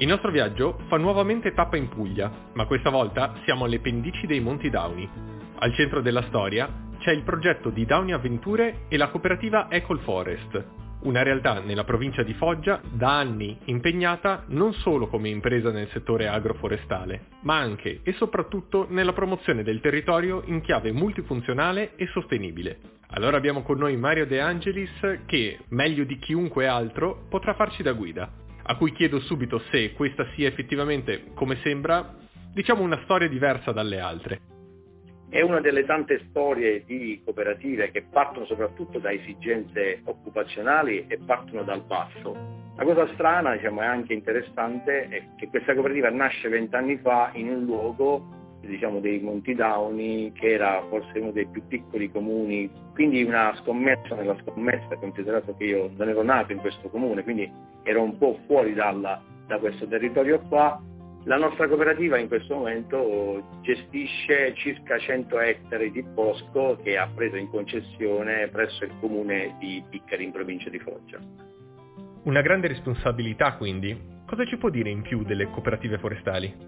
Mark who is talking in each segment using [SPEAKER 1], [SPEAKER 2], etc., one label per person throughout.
[SPEAKER 1] Il nostro viaggio fa nuovamente tappa in Puglia, ma questa volta siamo alle pendici dei Monti Dauni. Al centro della storia c'è il progetto di Dauni Avventure e la cooperativa Ecol Forest, una realtà nella provincia di Foggia da anni impegnata non solo come impresa nel settore agroforestale, ma anche e soprattutto nella promozione del territorio in chiave multifunzionale e sostenibile. Allora abbiamo con noi Mario De Angelis che, meglio di chiunque altro, potrà farci da guida, a cui chiedo subito se questa sia effettivamente, come sembra, diciamo una storia diversa dalle altre.
[SPEAKER 2] È una delle tante storie di cooperative che partono soprattutto da esigenze occupazionali e partono dal basso. La cosa strana, e anche interessante, è che questa cooperativa nasce 20 anni fa in un luogo, dei Monti Dauni, che era forse uno dei più piccoli comuni, quindi una scommessa nella scommessa, considerato che io non ero nato in questo comune, quindi ero un po' fuori da questo territorio qua. La nostra cooperativa in questo momento gestisce circa 100 ettari di bosco che ha preso in concessione presso il comune di Piccari in provincia di Foggia.
[SPEAKER 1] Una grande responsabilità quindi. Cosa ci può dire in più delle cooperative forestali?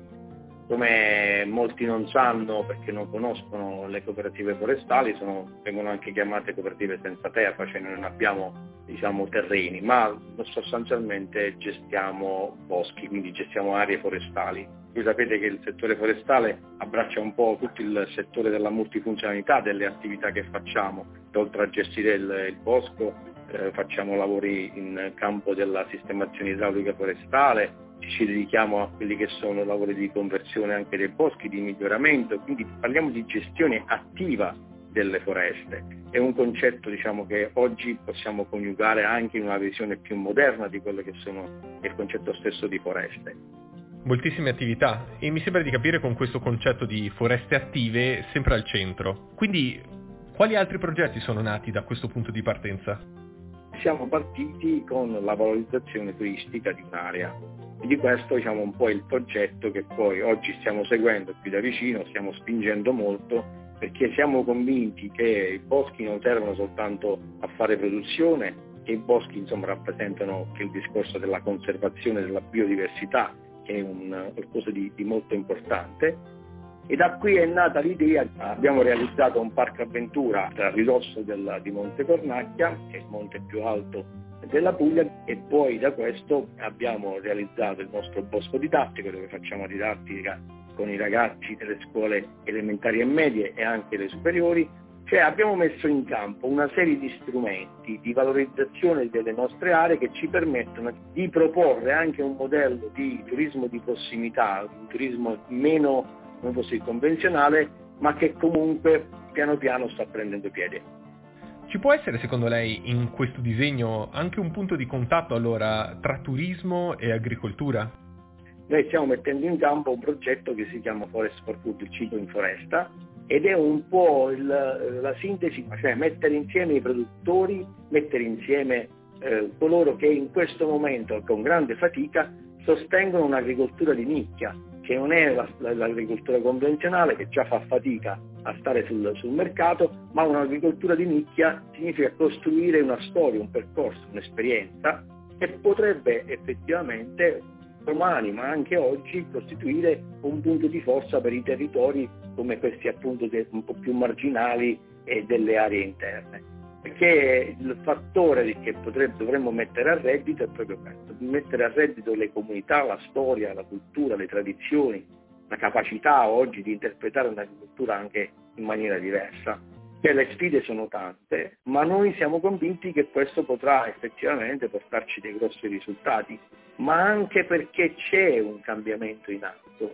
[SPEAKER 2] Come molti non sanno perché non conoscono le cooperative forestali, vengono anche chiamate cooperative senza terra, cioè non abbiamo terreni, ma sostanzialmente gestiamo boschi, quindi gestiamo aree forestali. Voi sapete che il settore forestale abbraccia un po' tutto il settore della multifunzionalità delle attività che facciamo. Oltre a gestire il bosco, facciamo lavori in campo della sistemazione idraulica forestale, ci dedichiamo a quelli che sono lavori di conversione anche dei boschi, di miglioramento, quindi parliamo di gestione attiva delle foreste. È un concetto che oggi possiamo coniugare anche in una visione più moderna di quello che è il concetto stesso di foreste.
[SPEAKER 1] Moltissime attività e mi sembra di capire con questo concetto di foreste attive sempre al centro. Quindi quali altri progetti sono nati da questo punto di partenza?
[SPEAKER 2] Siamo partiti con la valorizzazione turistica di un'area. E di questo un po' il progetto che poi oggi stiamo seguendo più da vicino, stiamo spingendo molto perché siamo convinti che i boschi non servono soltanto a fare produzione, che i boschi rappresentano che il discorso della conservazione della biodiversità, che è un qualcosa di molto importante. E da qui è nata l'idea, abbiamo realizzato un parco avventura a ridosso di Monte Cornacchia, che è il monte più alto della Puglia, e poi da questo abbiamo realizzato il nostro bosco didattico, dove facciamo didattica con i ragazzi delle scuole elementari e medie e anche le superiori. Cioè abbiamo messo in campo una serie di strumenti di valorizzazione delle nostre aree che ci permettono di proporre anche un modello di turismo di prossimità, un turismo meno convenzionale, ma che comunque piano piano sta prendendo piede.
[SPEAKER 1] Ci può essere secondo lei in questo disegno anche un punto di contatto allora tra turismo e agricoltura?
[SPEAKER 2] Noi stiamo mettendo in campo un progetto che si chiama Forest for Food, il ciclo in foresta, ed è un po' la sintesi, cioè mettere insieme i produttori, mettere insieme coloro che in questo momento con grande fatica sostengono un'agricoltura di nicchia, che non è l'agricoltura convenzionale, che già fa fatica a stare sul mercato, ma un'agricoltura di nicchia significa costruire una storia, un percorso, un'esperienza che potrebbe effettivamente domani, ma anche oggi, costituire un punto di forza per i territori come questi appunto un po' più marginali e delle aree interne. Perché il fattore che dovremmo mettere a reddito è proprio questo, mettere a reddito le comunità, la storia, la cultura, le tradizioni, la capacità oggi di interpretare un'agricoltura anche in maniera diversa. Le sfide sono tante, ma noi siamo convinti che questo potrà effettivamente portarci dei grossi risultati, ma anche perché c'è un cambiamento in atto.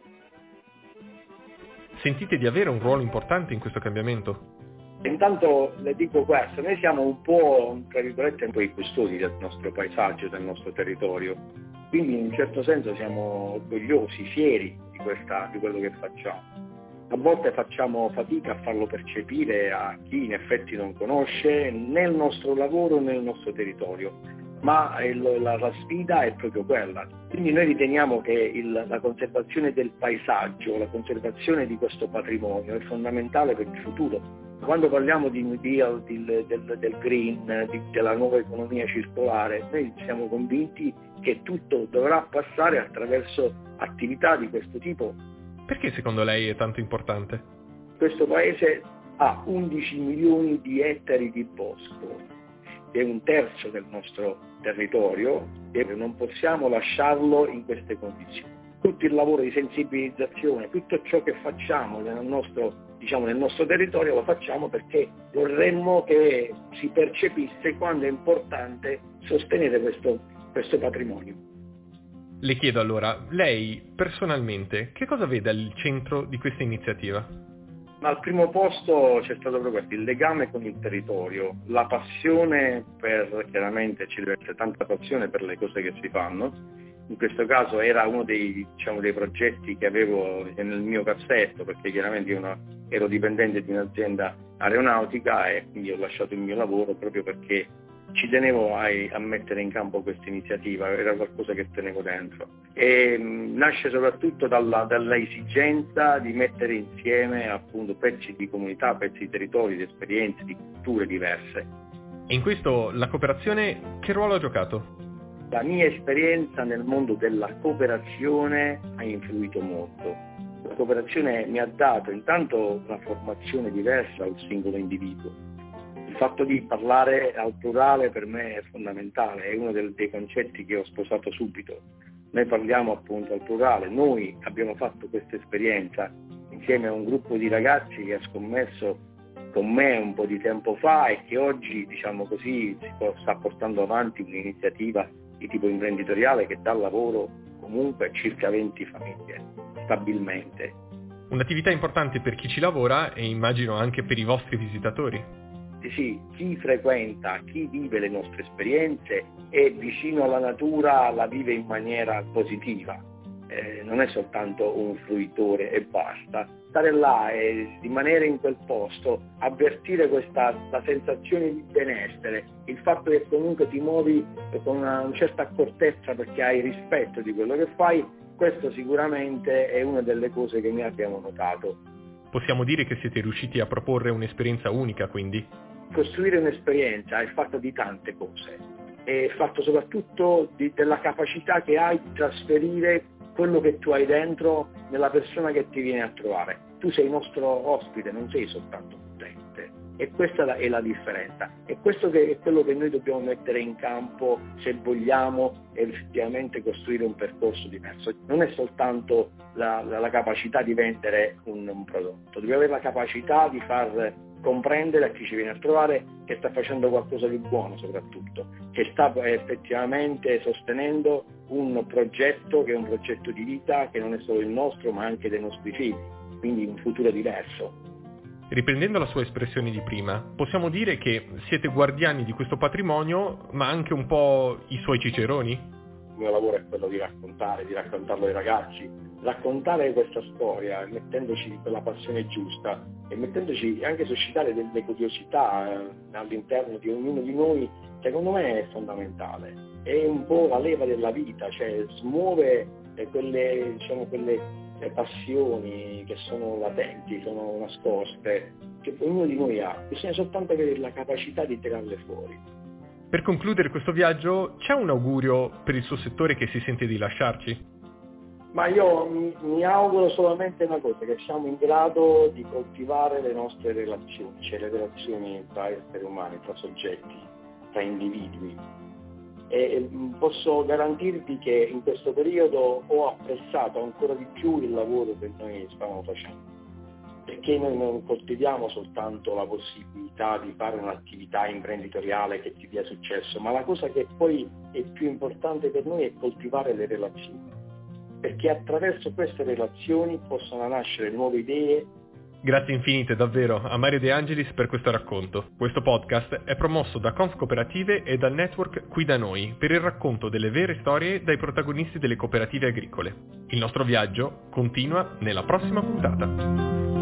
[SPEAKER 1] Sentite di avere un ruolo importante in questo cambiamento?
[SPEAKER 2] Intanto le dico questo, noi siamo un po', tra virgolette, un po' i custodi del nostro paesaggio, del nostro territorio, quindi in un certo senso siamo orgogliosi, fieri di quello che facciamo. A volte facciamo fatica a farlo percepire a chi in effetti non conosce né il nostro lavoro né il nostro territorio, ma la sfida è proprio quella. Quindi noi riteniamo che la conservazione del paesaggio, la conservazione di questo patrimonio è fondamentale per il futuro. Quando parliamo di New Deal, del green, della nuova economia circolare, noi siamo convinti che tutto dovrà passare attraverso attività di questo tipo.
[SPEAKER 1] Perché secondo lei è tanto importante?
[SPEAKER 2] Questo paese ha 11 milioni di ettari di bosco, è un terzo del nostro territorio e non possiamo lasciarlo in queste condizioni. Tutto il lavoro di sensibilizzazione, tutto ciò che facciamo nel nostro territorio lo facciamo perché vorremmo che si percepisse quanto è importante sostenere questo patrimonio.
[SPEAKER 1] Le chiedo allora, lei personalmente che cosa vede al centro di questa iniziativa?
[SPEAKER 2] Ma al primo posto c'è stato proprio questo, il legame con il territorio, la passione chiaramente ci deve essere tanta passione per le cose che si fanno. In questo caso era uno dei progetti che avevo nel mio cassetto, perché chiaramente io ero dipendente di un'azienda aeronautica e quindi ho lasciato il mio lavoro proprio perché ci tenevo a mettere in campo questa iniziativa, era qualcosa che tenevo dentro. E nasce soprattutto dalla esigenza di mettere insieme appunto pezzi di comunità, pezzi di territori, di esperienze, di culture diverse.
[SPEAKER 1] E in questo la cooperazione che ruolo ha giocato?
[SPEAKER 2] La mia esperienza nel mondo della cooperazione ha influito molto. La cooperazione mi ha dato intanto una formazione diversa al singolo individuo. Il fatto di parlare al plurale per me è fondamentale, è uno dei concetti che ho sposato subito. Noi parliamo appunto al plurale, noi abbiamo fatto questa esperienza insieme a un gruppo di ragazzi che ha scommesso con me un po' di tempo fa e che oggi, diciamo così, sta portando avanti un'iniziativa di tipo imprenditoriale che dà lavoro comunque a circa 20 famiglie, stabilmente.
[SPEAKER 1] Un'attività importante per chi ci lavora e immagino anche per i vostri visitatori.
[SPEAKER 2] Sì, chi frequenta, chi vive le nostre esperienze è vicino alla natura, la vive in maniera positiva, non è soltanto un fruitore e basta. Stare là e rimanere in quel posto, avvertire questa sensazione di benessere, il fatto che comunque ti muovi con una certa accortezza perché hai rispetto di quello che fai, questo sicuramente è una delle cose che noi abbiamo notato.
[SPEAKER 1] Possiamo dire che siete riusciti a proporre un'esperienza unica, quindi?
[SPEAKER 2] Costruire un'esperienza è fatto di tante cose, è fatto soprattutto della capacità che hai di trasferire quello che tu hai dentro nella persona che ti viene a trovare. Tu sei il nostro ospite, non sei soltanto un utente, e questa è la differenza. E questo è quello che noi dobbiamo mettere in campo se vogliamo effettivamente costruire un percorso diverso. Non è soltanto la capacità di vendere un prodotto, dobbiamo avere la capacità di far comprendere a chi ci viene a trovare che sta facendo qualcosa di buono soprattutto, che sta effettivamente sostenendo un progetto che è un progetto di vita che non è solo il nostro ma anche dei nostri figli, quindi un futuro diverso.
[SPEAKER 1] Riprendendo la sua espressione di prima, possiamo dire che siete guardiani di questo patrimonio ma anche un po' i suoi ciceroni?
[SPEAKER 2] Il mio lavoro è quello di raccontarlo ai ragazzi, raccontare questa storia, mettendoci di quella passione giusta e mettendoci anche suscitare delle curiosità all'interno di ognuno di noi, secondo me è fondamentale. È un po' la leva della vita, cioè smuove quelle passioni che sono latenti, sono nascoste, che ognuno di noi ha. Bisogna soltanto avere la capacità di tirarle fuori.
[SPEAKER 1] Per concludere questo viaggio, c'è un augurio per il suo settore che si sente di lasciarci?
[SPEAKER 2] Ma io mi auguro solamente una cosa, che siamo in grado di coltivare le nostre relazioni, cioè le relazioni tra esseri umani, tra soggetti, tra individui. E posso garantirvi che in questo periodo ho apprezzato ancora di più il lavoro che noi stavamo facendo, perché noi non coltiviamo soltanto la possibilità di fare un'attività imprenditoriale che ti dia successo, ma la cosa che poi è più importante per noi è coltivare le relazioni, perché attraverso queste relazioni possono nascere nuove idee.
[SPEAKER 1] Grazie infinite davvero a Mario De Angelis per questo racconto. Questo podcast è promosso da Conf Cooperative e dal network Qui da Noi per il racconto delle vere storie dai protagonisti delle cooperative agricole. Il nostro viaggio continua nella prossima puntata.